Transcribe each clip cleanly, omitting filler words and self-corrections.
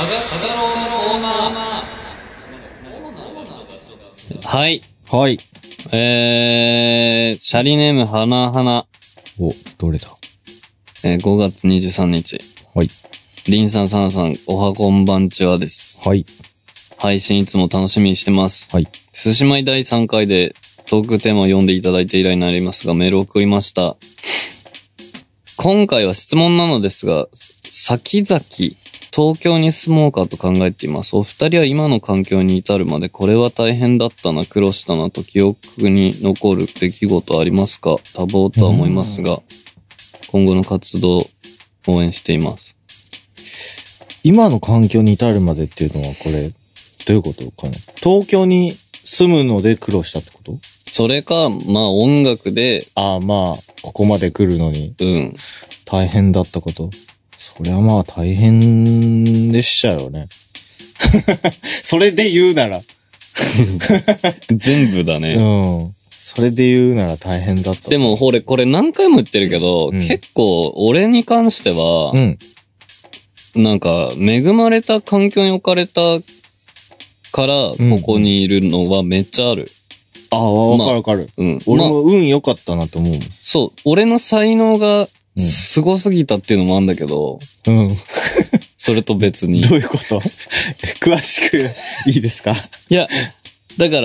はい。 はい。 シャリネームはなはな。 お、どれだ 5月23日。 はい。 リンさん、サナさん、おはこんばんちはです。 はい。 配信いつも楽しみにしてます。 はい。 すしまい第3回でトークテーマを読んでいただいて以来になりますが、メールを送りました。今回は質問なのですが、先々、東京に住もうかと考えています。お二人は今の環境に至るまでこれは大変だったな、苦労したなと記憶に残る出来事ありますか？多忙とは思いますが、今後の活動を応援しています。 今の環境に至るまでっていうのはこれ、どういうことかな？東京に住むので苦労したってこと？ それか、まあ音楽で、 まあ、ここまで来るのに、大変だったこと。それはまあ大変でしたよね。それで言うなら。 全部だね。 それで言うなら大変だった。 でも、これ何回も言ってるけど、結構、俺に関しては、なんか、恵まれた環境に置かれたから、ここにいるのはめっちゃある。 わかるわかる。俺も運良かったなと思う。 そう、俺の才能が、凄すぎたっていうのもあるんだけど、それと別に。 どういうこと？詳しくいいですか？ いや、だから、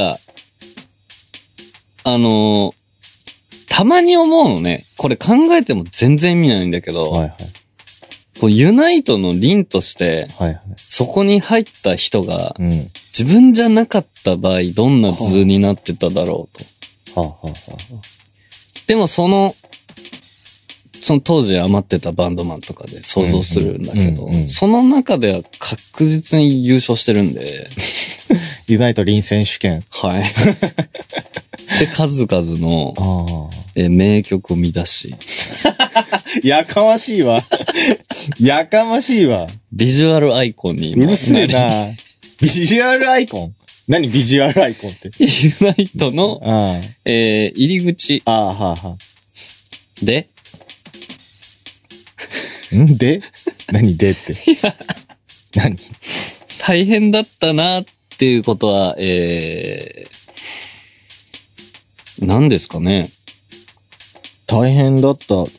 たまに思うのね。これ考えても全然意味ないんだけど、こうユナイトの凛として、そこに入った人が、自分じゃなかった場合、どんな図になってただろうと。でもその当時余ってたバンドマンとかで想像するんだけど、その中では確実に優勝してるんで。 ユナイトリン選手権。 はい。で、数々の、名曲を生み出し。 やかましいわ。やかましいわ。 ビジュアルアイコンに。 うるせえな。ビジュアルアイコン？何ビジュアルアイコンって。 ユナイトの、入り口。でで何でって。何大変だったなっていうことは、何ですかね。 大変だった。もう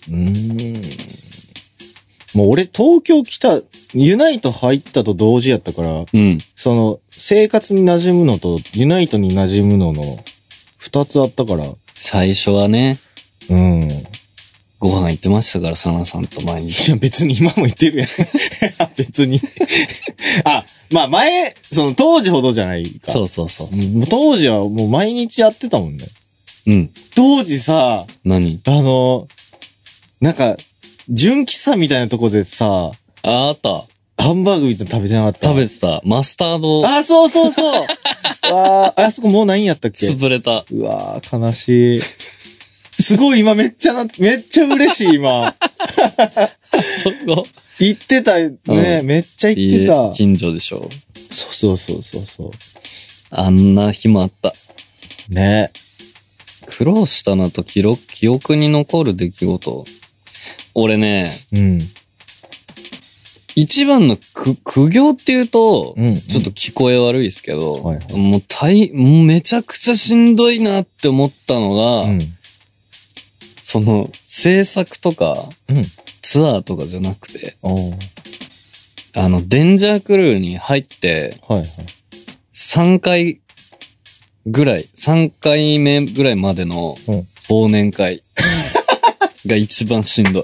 俺東京来た、ユナイト入ったと同時やったから、その生活に馴染むのとユナイトに馴染むのの二つあったから。 最初はね。ご飯行ってましたから、サナさんと毎日。 いや、別に今も行ってるやん。別に。まあ前、当時ほどじゃないか。 そう。 当時はもう毎日やってたもんね。当時さ、 何？ なんか、純喫茶みたいなとこでさ、 あった。 ハンバーグみたいな食べてなかった？ 食べてた。マスタード。 そう。あそこもうないんやったっけ？ 潰れた。 うわー、悲しい。すごい今めっちゃ嬉しい今。 そこ。 行ってたね、めっちゃ行ってた。 近所でしょ。 そう。 あんな日もあった。 ね。 苦労したなと記憶に残る出来事。俺ね、一番の苦行っていうと、ちょっと聞こえ悪いですけど、もうめちゃくちゃしんどいなって思ったのが、制作とか、ツアーとかじゃなくて、デンジャークルーに入って、3回目ぐらいまでの忘年会が一番しんどい。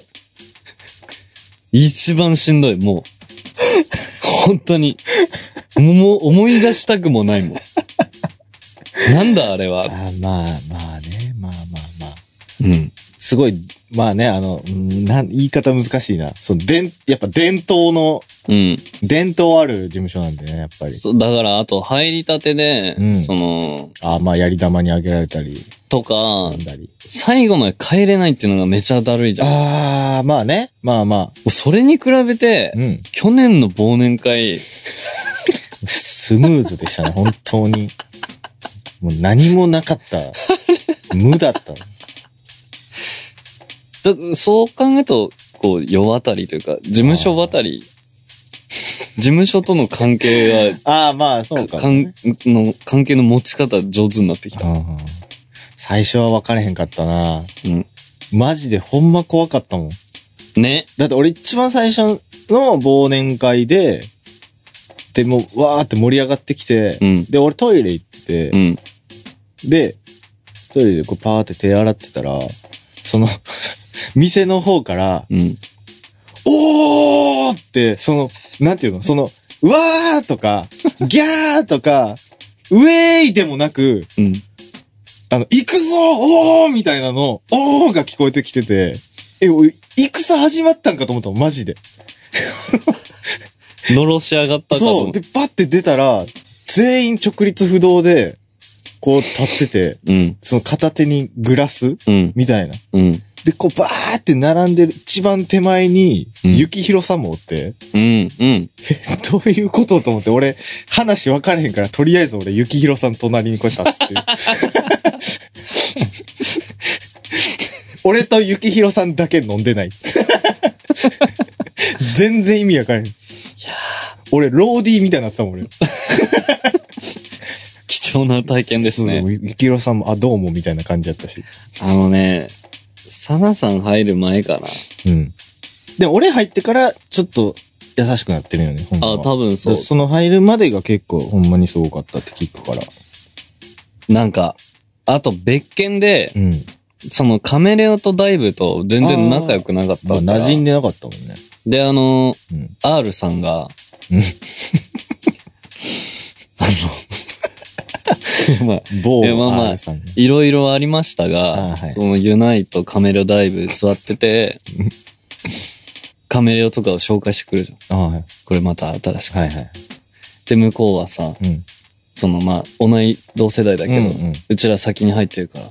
一番しんどい、もう。本当に。もう思い出したくもないもん。なんだあれは。 まあね。すごい、まあね、言い方難しいな。やっぱ伝統ある事務所なんでね、やっぱり。 そう、だから、あと、入りたてで、 まあ、やり玉にあげられたり。 とか、最後まで帰れないっていうのがめちゃだるいじゃん。 まあね。まあ。 それに比べて、去年の忘年会、 スムーズでしたね、本当に。もう何もなかった。無だった。 そう考えると、こう、世渡りというか、事務所渡り事務所との関係が、 ああ、まあ、そうか、ね。 関係の持ち方上手になってきた。 最初は分かれへんかったな。 うん。 マジでほんま怖かったもん。 ね。 だって俺一番最初の忘年会で、で、もう、わーって盛り上がってきて、 うん、 で、俺トイレ行って、 うん、 で、トイレでこうパーって手洗ってたら、その、店の方から、 うん、 おーって、なんていうのうわーとか、ギャーとか、ウェーイでもなく、 うん、 行くぞおーみたいなの、おーが聞こえてきてて、戦始まったんかと思ったの、マジで。 のろし上がったかとそう。で、パッて出たら、全員直立不動で、こう立ってて、 うん、 その片手にグラス、 うん、 みたいな。 うん、 で、こうバーって並んでる一番手前に、雪広さんもおって、 うん、うん。 どういうことと思って、俺、話分かれへんから、とりあえず俺、雪広さん隣にこう立つっていう。俺と雪広さんだけ飲んでない。全然意味わからへん。いや俺、ローディーみたいになってたもん、俺。 貴重な体験ですね。 雪広さんも、どうも、みたいな感じだったし。 サナさん入る前かな。 うん。でも俺入ってから、ちょっと優しくなってるよね、ほんまは。 多分そう。 その入るまでが結構ほんまにすごかったって聞くから。 なんか、あと別件で、 うん。 そのカメレオとダイブと全然仲良くなかったから。 馴染んでなかったもんね。 で、R さんが、まあ、 某 R さん。 いろいろありましたが、そのユナイトカメレオダイブ座ってて、カメレオとかを紹介してくるじゃん。 はい、 これまた新しく。 はいはい。 で、向こうはさ、同世代だけど、うちら先に入ってるから、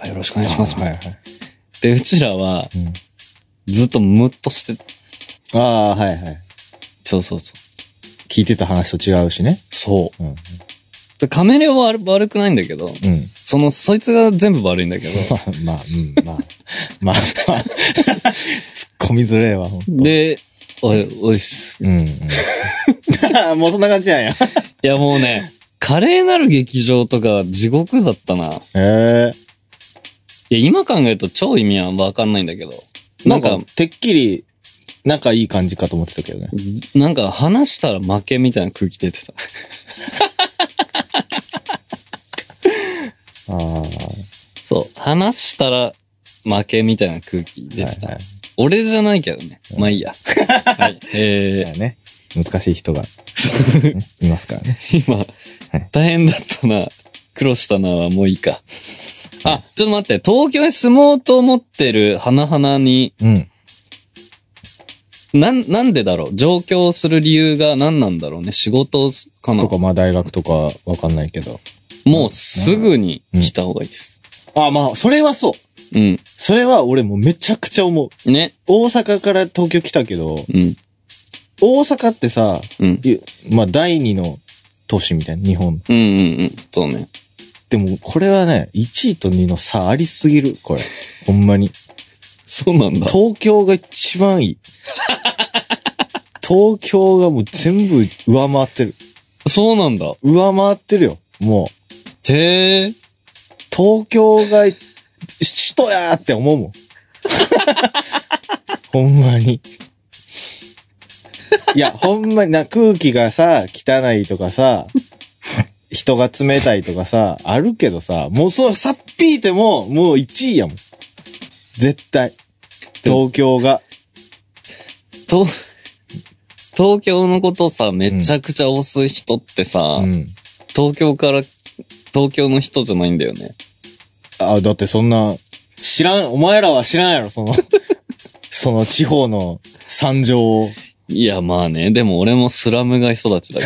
よろしくお願いします。はいはい。で、うちらは、ずっとムッとしてはいはい。 そうそうそう。 聞いてた話と違うしね。 そう。でカメレオは悪くないんだけど、そいつが全部悪いんだけど。 まあ、突っ込みづれえわ、ほんと。 で、おいっす。 もうそんな感じやんや。 いやもうね、華麗なる劇場とか地獄だったな。 へえ。 いや、今考えると超意味はわかんないんだけど。 なんか、てっきり、仲いい感じかと思ってたけどね。 なんか、話したら負けみたいな空気出てた。そう。話したら負けみたいな空気出てた。はいはい、俺じゃないけどね。まあいいや。はい。 ね。難しい人がいますからね。 今、はい、大変だったな。苦労したなはもういいか。ちょっと待って。東京に住もうと思ってる花々に、なんでだろう、上京する理由が何なんだろうね。仕事かなとか、まあ大学とかわかんないけど。 もうすぐに来た方がいいです。 まあ、それはそう。それは俺もめちゃくちゃ思う。ね。大阪から東京来たけど、大阪ってさ、まあ第二の都市みたいな、日本。 そうね。 でもこれはね、1位と2の差ありすぎる、これ。ほんまに。 そうなんだ。 東京が一番いい。東京がもう全部上回ってる。 そうなんだ。 上回ってるよ、もう。東京が首都やーって思うもん。ほんまに。いや、ほんまに空気がさ、汚いとかさ、人が冷たいとかさ、あるけどさ、もうさっぴーても、もう1位やもん。絶対。東京が。 東京のことさ、めちゃくちゃ押す人ってさ、東京の人じゃないんだよね。 だってそんな、お前らは知らんやろ、その地方の惨状を。 いや、まあね、でも俺もスラム街育ちだから。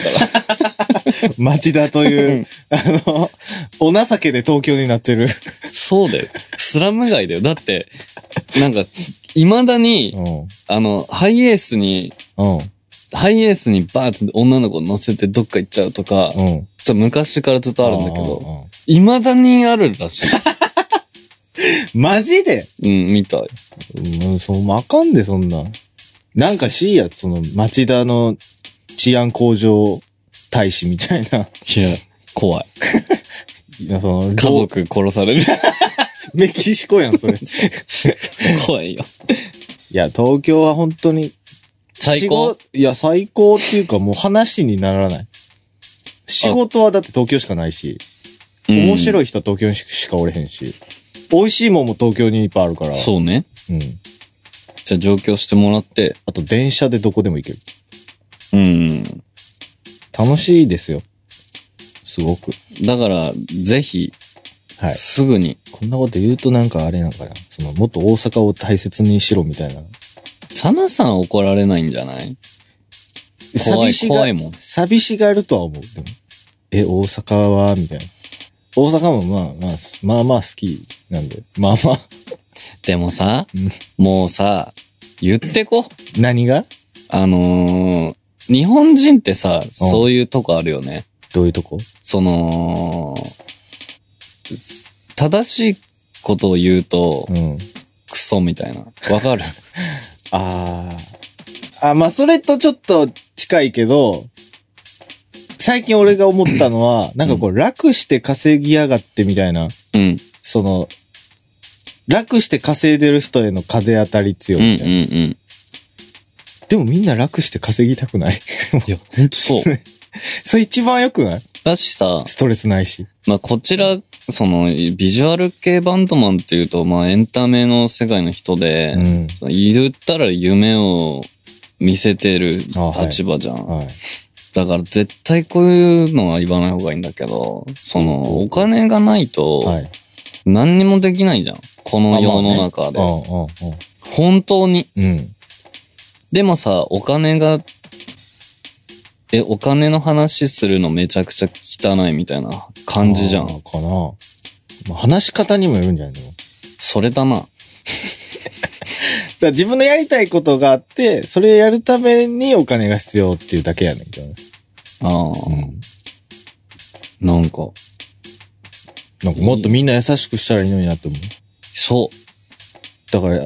町田という、お情けで東京になってる。 そうだよ。スラム街だよ。だって、なんか、未だに、ハイエースにバーッて女の子乗せてどっか行っちゃうとか、昔からずっとあるんだけど、未だにあるらしい。 マジで？ みたい。 あかんで、そんな。なんかしいやつ、町田の治安向上大使みたいな。 いや、怖い。 いや、家族殺される。 メキシコやん、それ。 怖いよ。 いや、東京は本当に、 最高？ いや、最高っていうかもう話にならない。仕事はだって東京しかないし、面白い人は東京にしかおれへんし、美味しいもんも東京にいっぱいあるから。 そうね。 うん。 じゃあ上京してもらって。 あと電車でどこでも行ける。 うん。 楽しいですよ。すごく。 だから、ぜひ、はい。すぐに。 こんなこと言うとなんかあれなんかな。もっと大阪を大切にしろみたいな。 サナさん怒られないんじゃない？怖いもん。 寂しがるとは思う。でも大阪はみたいな。大阪もまあ好きなんで。まあまあ。 でもさ、もうさ、言ってこ。 何が？ 日本人ってさ、そういうとこあるよね。 どういうとこ？ 正しいことを言うと、クソみたいな。わかる？ まあ、それとちょっと近いけど、最近俺が思ったのは、なんか楽して稼ぎやがってみたいな。 うん。 楽して稼いでる人への風当たり強いみたいな。うん。でもみんな楽して稼ぎたくない？ いや、ほんとそう。 それ一番良くない？ だしさ、 ストレスないし。 まあ、こちら、ビジュアル系バンドマンっていうと、まあ、エンタメの世界の人で、言ったら夢を見せてる立場じゃん。はい。だから絶対こういうのは言わない方がいいんだけど、お金がないと、何にもできないじゃん。この世の中で。本当に。うん。でもさ、お金の話するのめちゃくちゃ汚いみたいな感じじゃん。 かな。まあ、話し方にもよるんじゃないの？ それだな。だから自分のやりたいことがあって、それやるためにお金が必要っていうだけやねんけどね。なんかもっとみんな優しくしたらいいのになって思う。 そう。 だから、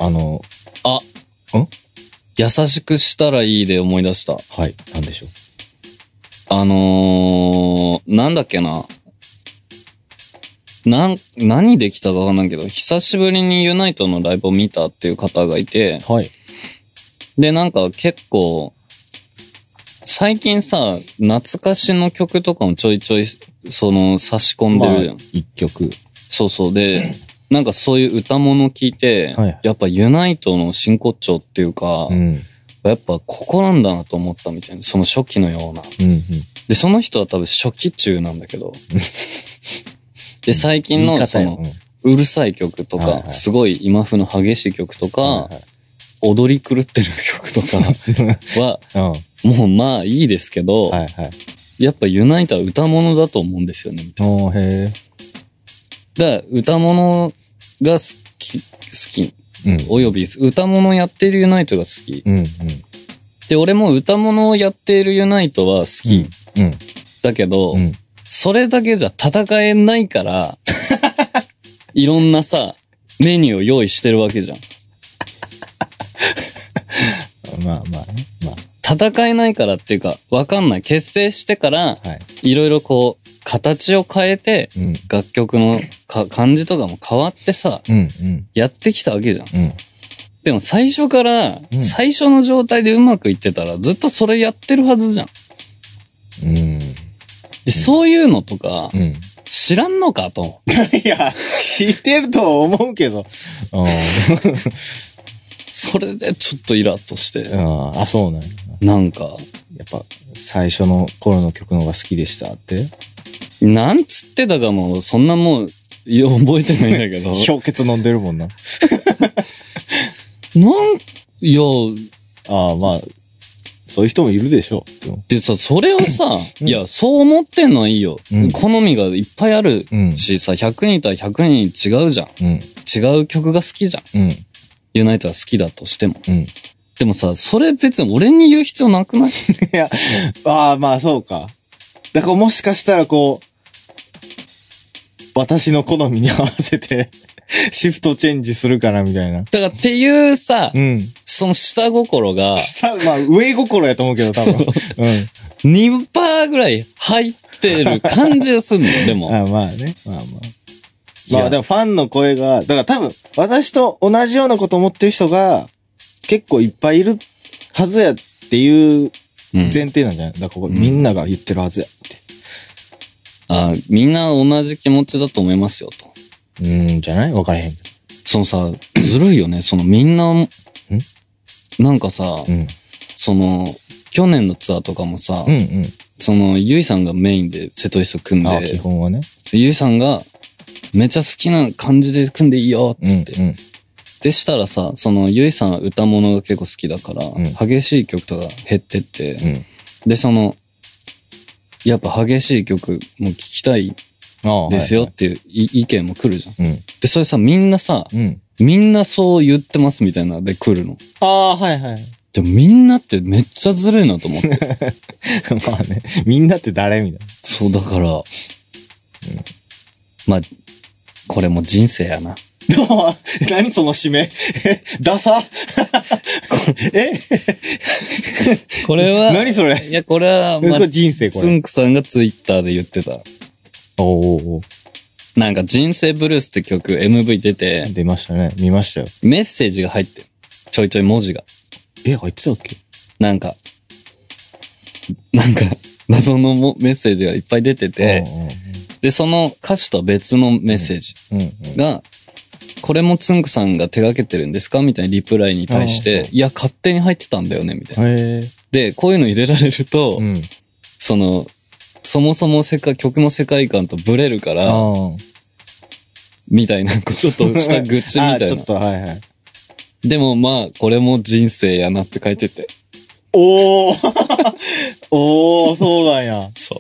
優しくしたらいいで思い出した。 はい。なんでしょう。なんだっけな。何できたかわかんないけど、久しぶりにユナイトのライブを見たっていう方がいて、 はい。 で、なんか結構、最近さ、懐かしの曲とかもちょいちょい、差し込んでるじゃん。 一曲。 そうそう。で、なんかそういう歌物聞いて、やっぱユナイトの真骨頂っていうか、やっぱここなんだなと思ったみたいな、その初期のような。で、その人は多分初期中なんだけど。で、最近のうるさい曲とか、すごい今風の激しい曲とか、踊り狂ってる曲とかは、もうまあいいですけど、やっぱユナイトは歌物だと思うんですよね、みたいな。だから歌物が好き。および歌物やっているユナイトが好き。で、俺も歌物をやっているユナイトは好き。だけど、それだけじゃ戦えないから、いろんなさ、メニューを用意してるわけじゃん。 まあね。 戦えないからっていうか、わかんない。結成してから、いろいろこう、形を変えて、楽曲の感じとかも変わってさ、やってきたわけじゃん。でも最初から、最初の状態でうまくいってたら、ずっとそれやってるはずじゃん。で、そういうのとか、知らんのかと。 いや、知ってるとは思うけど。 それでちょっとイラッとして。 そうなんや。 なんか。 やっぱ、最初の頃の曲の方が好きでしたって？ なんつってたかも、そんなもう、覚えてないんだけど。 氷結飲んでるもんな。 いや、 まあ、そういう人もいるでしょ。 でさ、それをさ、いや、そう思ってんのはいいよ。好みがいっぱいあるしさ、100人いたら100人違うじゃん。違う曲が好きじゃん。ユナイトは好きだとしても。でもさ、それ別に俺に言う必要なくない？いや、まあそうか。だからもしかしたら私の好みに合わせてシフトチェンジするかなみたいな。 だからっていうさ、 その下心が、 まあ、上心やと思うけど、多分。うん。 2% ぐらい入ってる感じがするのよ、でも。 まあね。まあまあ。まあでもファンの声が、だから多分、私と同じようなこと思ってる人が、結構いっぱいいるはずやっていう前提なんじゃない？だからここみんなが言ってるはずやって。 みんな同じ気持ちだと思いますよ、と。 じゃない？分からへん。 そのさ、ずるいよね。そのみんな、なんかさ、その、去年のツアーとかもさ、その、ゆいさんがメインで瀬戸イスト組んで、 基本はね。 ゆいさんが、めっちゃ好きな感じで組んでいいよ、つって。でしたらさ、その、ゆいさんは歌物が結構好きだから、激しい曲とか減ってって、で、その、やっぱ激しい曲も聴きたいですよっていう意見も来るじゃん。で、それさ、みんなさ、みんなそう言ってますみたいなで来るの。 はいはい。 でもみんなってめっちゃずるいなと思って。 まあね、みんなって誰みたいな。 そう、だから、まあ、これも人生やな。 何その締めダサこれは、 何それいや、これは、 まあ、人生これ。 つんくさんがツイッターで言ってた。なんか人生ブルースって曲 MV 出て。 出ましたね。見ましたよ。 メッセージが入ってる。ちょいちょい文字が。 入ってたっけ？ なんか、謎のメッセージがいっぱい出てて、で、その歌詞とは別のメッセージが、これもつんくさんが手掛けてるんですかみたいなリプライに対して、いや、勝手に入ってたんだよねみたいな。で、こういうの入れられると、その、そもそも曲の世界観とブレるから、みたいな、ちょっとした愚痴みたいな。 ちょっと、はいはい。 でもまあ、これも人生やなって書いてて。 そうなんや。 そう。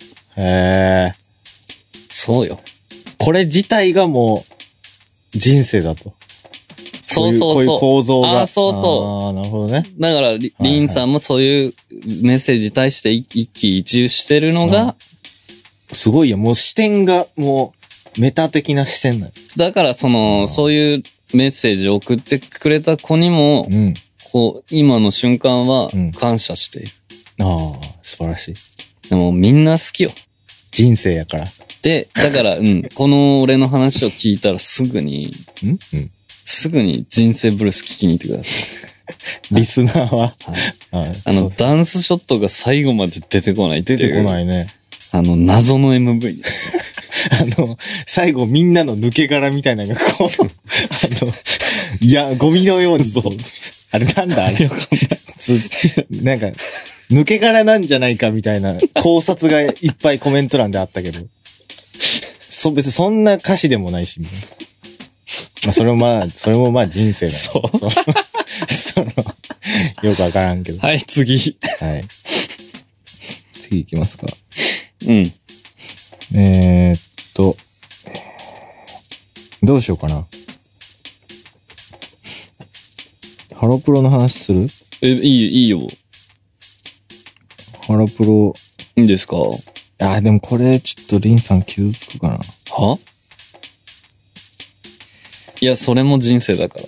そうよ。これ自体がもう、人生だと。 そうそうそう。 こういう構造が。 そうそう。 なるほどね。 だから、リンさんもそういうメッセージに対して一喜一憂してるのが、 すごいよ。もう視点が、もう、メタ的な視点だよ。 だから、そういうメッセージを送ってくれた子にも、こう、今の瞬間は感謝している。 素晴らしい。 でもみんな好きよ。 人生やから。 で、だから、この俺の話を聞いたらすぐに、すぐに人生ブルース聞きに行ってください。リスナーは、 ダンスショットが最後まで出てこないっていう。 出てこないね。 謎の MV。 最後みんなの抜け殻みたいなのがこう、いや、ゴミのように。あれなんだあれ。なんか、抜け殻なんじゃないかみたいな考察がいっぱいコメント欄であったけど。別にそんな歌詞でもないし、みたいな。まあ、それもまあ人生だ。 そう。 よくわからんけど。 はい、次。 はい。次行きますか。どうしようかな。ハロプロの話する？ いいよ。 ハロプロ。 いいですか？ でもこれちょっとリンさん傷つくかな。 いや、それも人生だから。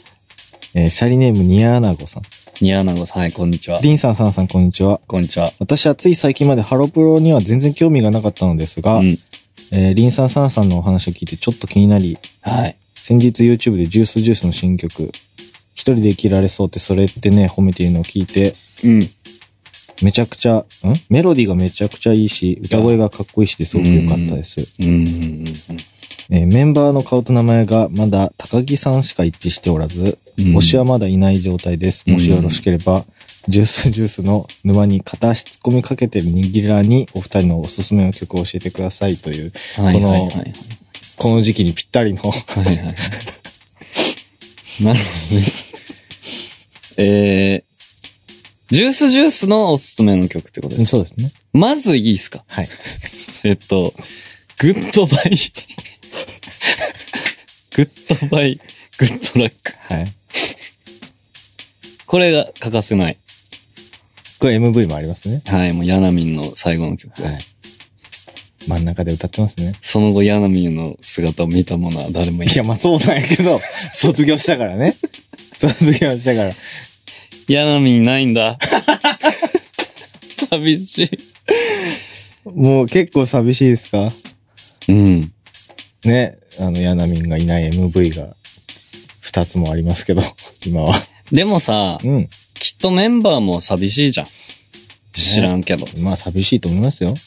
シャリネームニアアナゴさん。 ニアアナゴさん、はい、こんにちは。 リンさん、サナさん、こんにちは。 こんにちは。 私はつい最近までハロプロには全然興味がなかったのですが、リンさん、サナさんのお話を聞いてちょっと気になり、 はい。 先日 YouTube でジュースの新曲、一人で生きられそうってそれってね、褒めているのを聞いて、めちゃくちゃ、メロディーがめちゃくちゃいいし、歌声がかっこいいしですごく良かったです。メンバーの顔と名前がまだ高木さんしか一致しておらず、推しはまだいない状態です。もしよろしければ、ジュースの沼に片足突っ込みかけてるニギラにお二人のおすすめの曲を教えてくださいという、この時期にぴったりの。 なるほどね。ジュースのおすすめの曲ってことですか？ そうですね。 まずいいですか？ はい。 グッドバイ。グッドバイ、グッドラック。 はい。 これが欠かせない。 これ MV もありますね。 はい、もうヤナミンの最後の曲。 はい。真ん中で歌ってますね。 その後ヤナミンの姿を見た者は誰もいない。 いや、まあそうなんやけど、卒業したからね。卒業したから。 ヤナミンないんだ。寂しい。 もう結構寂しいですか？ うん。 ね、ヤナミンがいない MV が2つもありますけど、今は。 でもさ、 うん。 きっとメンバーも寂しいじゃん。知らんけど。 まあ寂しいと思いますよ。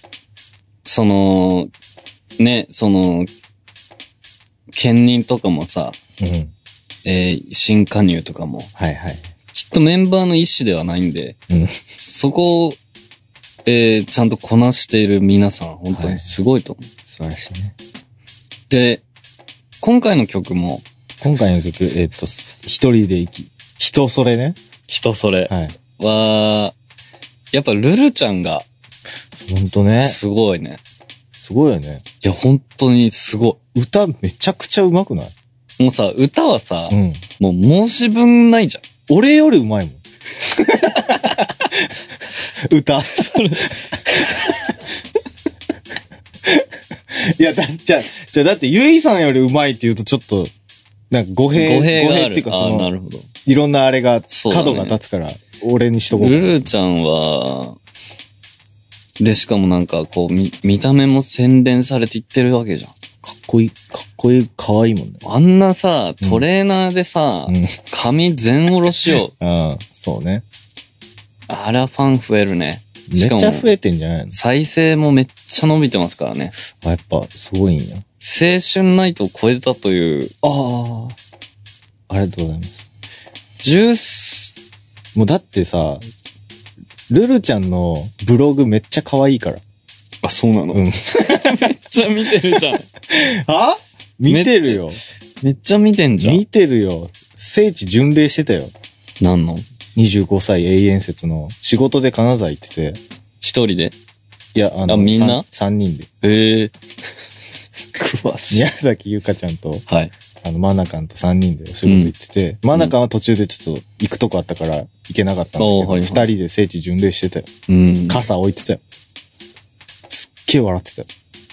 兼任とかもさ、 うん。 新加入とかも。 はいはい。 きっとメンバーの意思ではないんで、 うん。 そこを、ちゃんとこなしている皆さん、本当にすごいと思う。 素晴らしいね。 で、今回の曲も、 一人で人それね。 人それはい。 は、やっぱルルちゃんが、 ほんとね。 すごいね。 すごいよね。 いや、本当にすごい。歌めちゃくちゃ上手くない？ もうさ、歌はさ、 うん。 もう申し分ないじゃん。 俺より上手いもん。歌。それ。いや、だってゆいさんより上手いって言うとちょっと、なんか語弊っていうかなるほど。 いろんなあれが、角が立つから、俺にしとこう。 ルルちゃんは、で、しかもなんかこう、見た目も洗練されていってるわけじゃん。 かっこいい、可愛いもんね。 あんなさ、トレーナーでさ、髪全下ろしよう。うん、そうね。 あら、ファン増えるね。 めっちゃ増えてんじゃないの？ 再生もめっちゃ伸びてますからね。 あ、やっぱ、すごいんや。 青春ナイトを超えたという。 ありがとうございます。もうだってさ、ルルちゃんのブログめっちゃ可愛いから。 あ、そうなの？うん。めっちゃ見てるじゃん。 あ？見てるよ。 めっちゃ見てんじゃん。 見てるよ。聖地巡礼してたよ。 何の？ 25 歳永遠説の仕事で金沢行ってて。 一人で？ いや、 みんな 3人で。 詳しい。 宮崎ゆかちゃんと、 はい。 マナカンと3人でお仕事行ってて、マナカンは途中でちょっと行くとこあったから行けなかったんだけど、2人で聖地巡礼してたよ。傘置いてたよ。すっげえ笑ってたよ。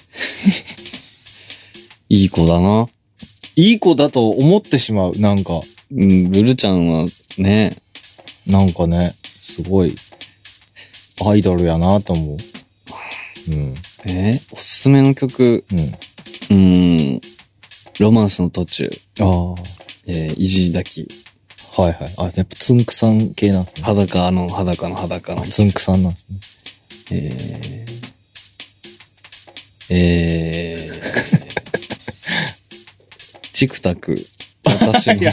いい子だな。 いい子だと思ってしまう、なんか。 ルルちゃんはね、 なんかね、すごい、アイドルやなと思う。うん。 おすすめの曲。ロマンスの途中。いじり抱き。 はいはい。あ、やっぱつんくさん系なんですね。 裸の。 つんくさんなんですね。チクタク。私も。い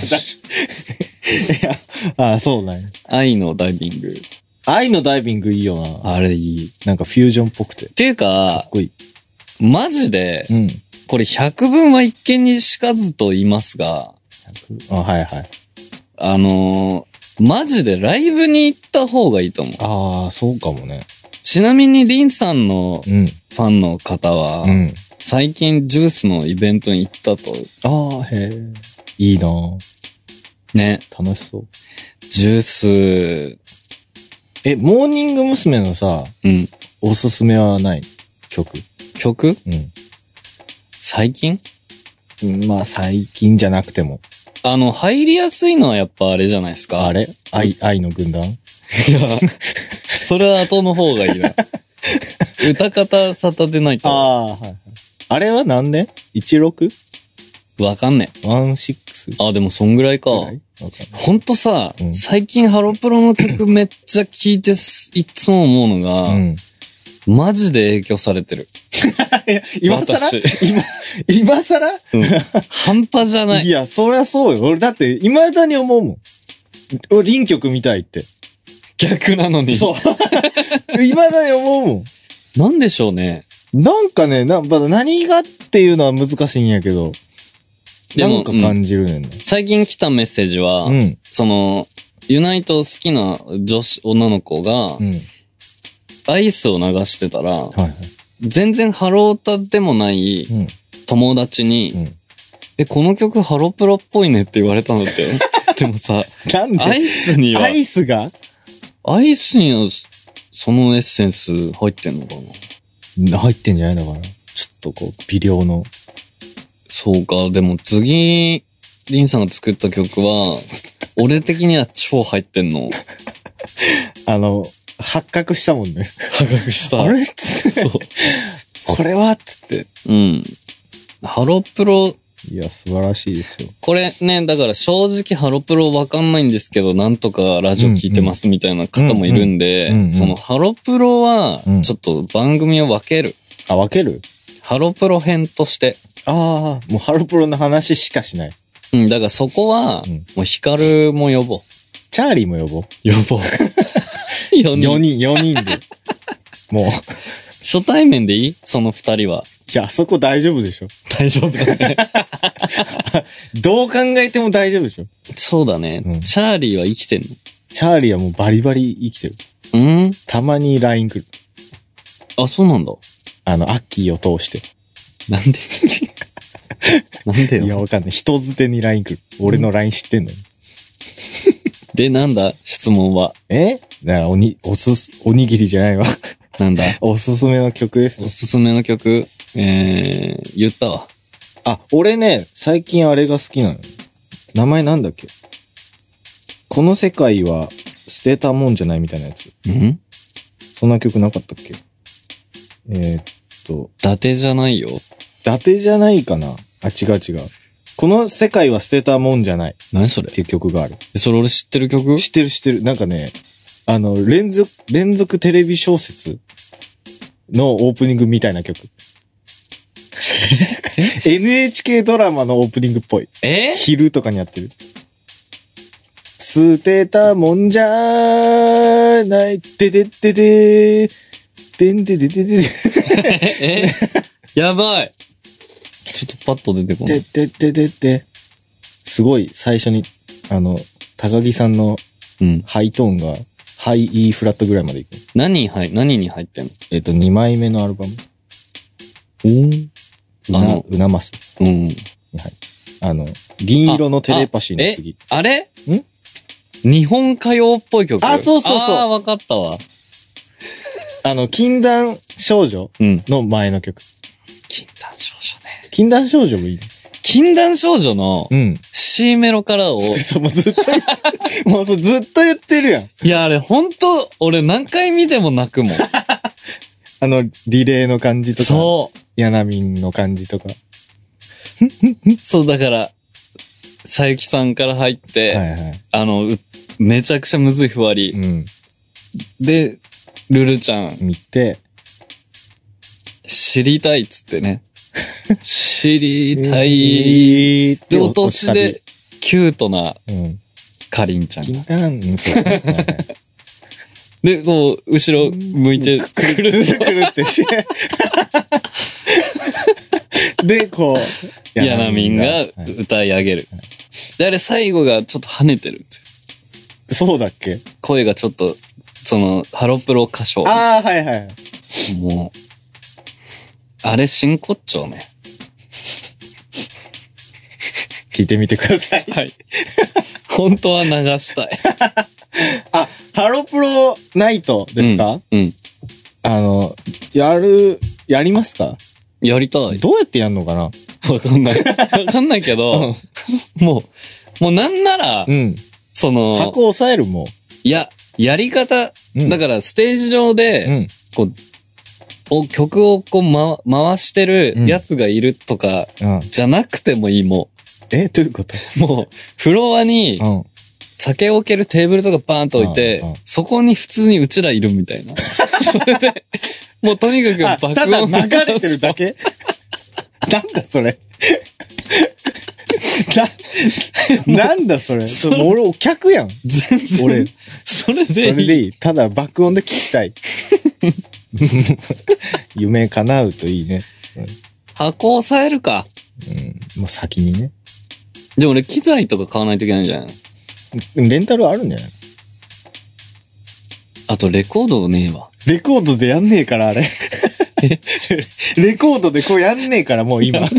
や、そうだね。 愛のダイビング。 愛のダイビングいいよな。 あれいい。 なんかフュージョンっぽくて。 っていうか、 かっこいい。 マジで、これ百聞は一見にしかずと言いますが、 はいはい。 マジでライブに行った方がいいと思う。 ああ、そうかもね。 ちなみにリンさんのファンの方は、最近ジュースのイベントに行ったと。 ああ、へえ。いいなね。 楽しそう。 ジュース。 モーニング娘。のさ、おすすめはない曲？ 最近？ まあ最近じゃなくても。 入りやすいのはやっぱあれじゃないですか。 あれ？愛の軍団？いや、 それは後の方がいいな。歌方サタデーナイト。 はい。あれは何年？ 16？ わかんねえ。 16？ でもそんぐらいか。ほんとさ、最近ハロプロの曲めっちゃ聴いていつも思うのが、マジで影響されてる。 今更半端じゃない。 いや、そりゃそうよ。俺だって、未だに思うもん。俺、輪曲見たいって。 逆なのに。 そう。未だに思うもん。 なんでしょうね。 なんかね、何がっていうのは難しいんやけど。なんか感じるねんな。 最近来たメッセージは、ユナイト好きな女の子が、アイスを流してたら、全然ハロータでもない友達に、この曲ハロプロっぽいねって言われたんだって。でもさ、 なんでアイスにはそのエッセンス入ってんのかな？入ってんじゃないのかな？ちょっとこう、微量の。 そうか、でも次、リンさんが作った曲は、 俺的には超入ってんの。 発覚したもんね。 発覚した。 あれっつって。そう。これはっつって。 うん。ハロプロ。 いや、素晴らしいですよ。 これね、だから正直ハロプロわかんないんですけど、なんとかラジオ聞いてますみたいな方もいるんで、そのハロプロは、ちょっと番組を分ける。 あ、分ける？ ハロプロ編として。 ああ、もうハロプロの話しかしない。 うん、だからそこは、もうヒカルも呼ぼう。 チャーリーも呼ぼう。 呼ぼう。 4人で。もう。 初対面でいい？その2人は。 いや、あそこ大丈夫でしょ。 大丈夫だね。 どう考えても大丈夫でしょ。 そうだね。チャーリーは生きてんの？ チャーリーはもうバリバリ生きてる。たまに LINE 来る。 あ、そうなんだ。 アッキーを通して。 なんでなんでよ。 いや、わかんない。人づてに LINE 来る。俺の LINE 知ってんのに。 で、なんだ質問は。 だからおにぎりじゃないわ。 なんだおすすめの曲です。 おすすめの曲言ったわ。 あ、俺ね、最近あれが好きなの。名前なんだっけ？この世界は捨てたもんじゃないみたいなやつ。そんな曲なかったっけ？ 伊達じゃないよ。 伊達じゃないかな？あ、違う。この世界は捨てたもんじゃない。 何それ？ っていう曲がある。 それ俺知ってる曲？ 知ってる。なんかね、連続テレビ小説のオープニングみたいな曲。NHK ドラマのオープニングっぽい。昼とかにやってる。捨てたもんじゃない。でででででんででででやばい。ちょっとパッと出てこない。 で。すごい最初に、高木さんのハイトーンが、ハイ E フラットぐらいまでいく。 何に入ってんの ？2枚目のアルバム。うなます。銀色のテレパシーの次。 あれ？日本歌謡っぽい曲。 あ、そう。 あ、わかったわ。 禁断少女の前の曲。 禁断少女ね。 禁断少女もいい。 禁断少女の C メロからを。 そう、もうずっと言ってるやん。 いや、あれほんと、俺何回見ても泣くもん。 リレーの感じとか。 そう。 ヤナミンの感じとか。 そう、だから、さゆきさんから入って、めちゃくちゃむずいふわり。で、ルルちゃん。 見て、 知りたいっつってね。知りたい。で、お年で、キュートな、かりんちゃん。で、こう、後ろ向いて、くるってして。で、こう、 ヤナミンが歌い上げる。で、あれ最後がちょっと跳ねてるって。 そうだっけ？ 声がちょっと、ハロプロ歌唱。 ああ、はい。 もう、あれ真骨頂ね。 聞いてみてください。 はい。本当は流したい。 あ、ハロプロナイトですか？やりますか？ やりたい。 どうやってやんのかな？ わかんない。わかんないけど、もうなんなら、 箱押さえるもん。 いや、やり方、だからステージ上で、曲を回してるやつがいるとか、じゃなくてもいい、もう。 どういうこと？ もう、フロアに、酒を置けるテーブルとかバーンと置いて、そこに普通にうちらいるみたいな。それで、もうとにかく爆音。 ただ流れてるだけ？なんだそれ。なんだそれ。俺お客やん。 全然。俺。それでいい。ただ爆音で聞きたい。夢叶うといいね。 箱押さえるか。 もう先にね。 でも俺機材とか買わないといけないんじゃないの？ レンタルあるんじゃないの？ あとレコードねえわ。 レコードでやんねえからあれ。レコードでこうやんねえからもう今。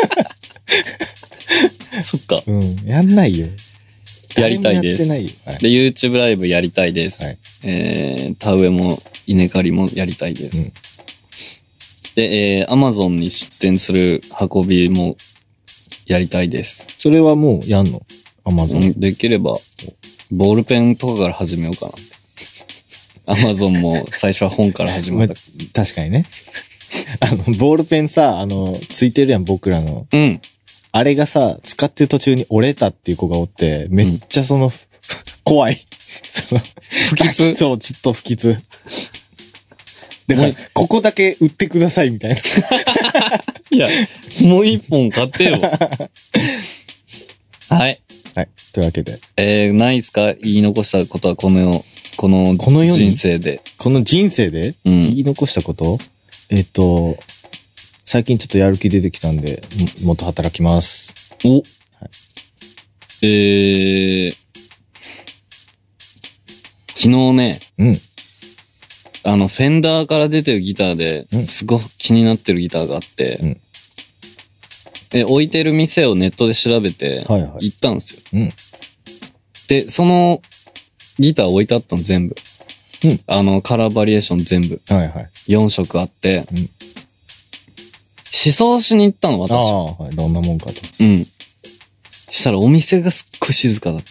そっか。 やんないよ。 やりたいです。で、YouTube ライブやりたいです。田植えも稲刈りもやりたいです。で、Amazon に出店する運びもやりたいです。 それはもうやんの？ Amazon。 できれば、ボールペンとかから始めようかな。Amazon も最初は本から始まった。 確かにね。ボールペンさ、ついてるやん、僕らの。 うん。 あれがさ、使ってる途中に折れたっていう子がおって、めっちゃ怖い。 不吉そう、ちょっと不吉。だから、ここだけ売ってください、みたいな。 いや、もう一本買ってよ。はい。 はい。というわけで。 ないっすか言い残したことはこの人生で。 この人生で、言い残したこと、最近ちょっとやる気出てきたんで、もっと働きます。 お、はい、昨日ね、フェンダーから出てるギターで、すごく気になってるギターがあって、置いてる店をネットで調べて、行ったんですよ。で、そのギター置いてあったの全部。カラーバリエーション全部。4色あって、試奏しに行ったの、私。 はい。どんなもんかと。 したらお店がすっごい静かだった。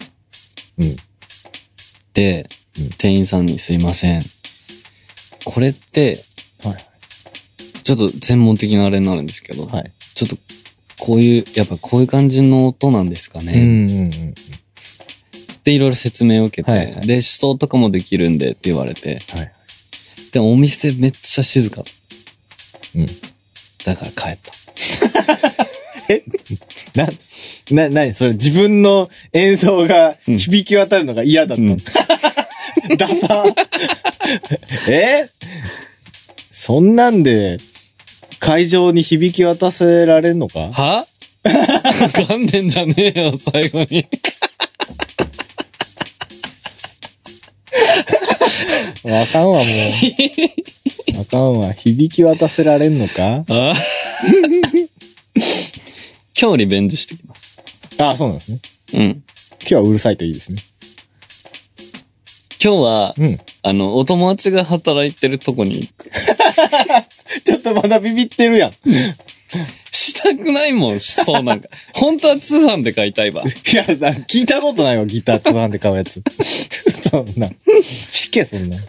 で、店員さんにすいません。これって、ちょっと専門的なあれになるんですけど、ちょっとやっぱこういう感じの音なんですかね。で、いろいろ説明を受けて、で、試奏とかもできるんでって言われて、でもお店めっちゃ静か。だから帰った。 何それ自分の演奏が響き渡るのが嫌だったの。ダサ。そんなんで会場に響き渡せられんのか？ は噛んでんじゃねえよ、最後に。 わかんわ、もう。あかんわ。響き渡せられんのか？ 今日リベンジしてきます。 そうなんですね。 今日はうるさいといいですね。 今日は、お友達が働いてるとこに行く。 ちょっとまだビビってるやん。 したくないもん、そうなんか。本当は通販で買いたいわ。 いや、聞いたことないわ、ギター通販で買うやつ。そんな。弾け、そんな。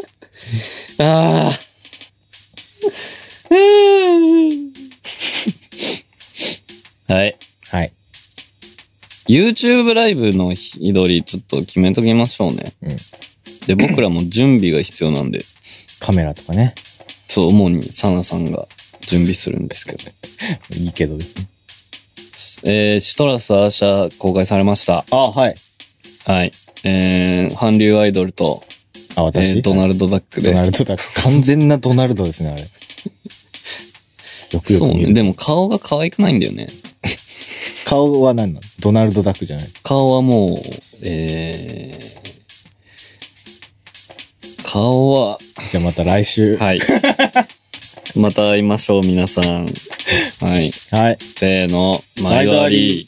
はい。 はい。 YouTube ライブの日取りちょっと決めときましょうね。で、僕らも準備が必要なんで。 カメラとかね。 そう、主にサナさんが準備するんですけど。 いいけどですね。シトラスアーシャ公開されました。 はい。 はい。韓流アイドルと、 私ドナルドダックで。 ドナルドダック。完全なドナルドですね、あれ。よくよく見る。 そうね。でも顔が可愛くないんだよね。 顔は何なの？ドナルドダックじゃない？ 顔はもう、顔は。 じゃあまた来週。 はい。また会いましょう、皆さん。はい。 はい。 せーの、毎度あり。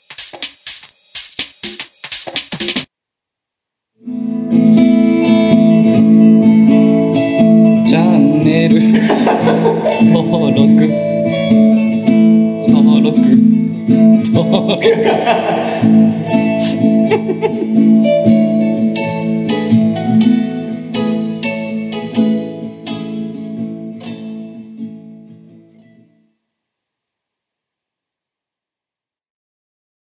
チャンネル登録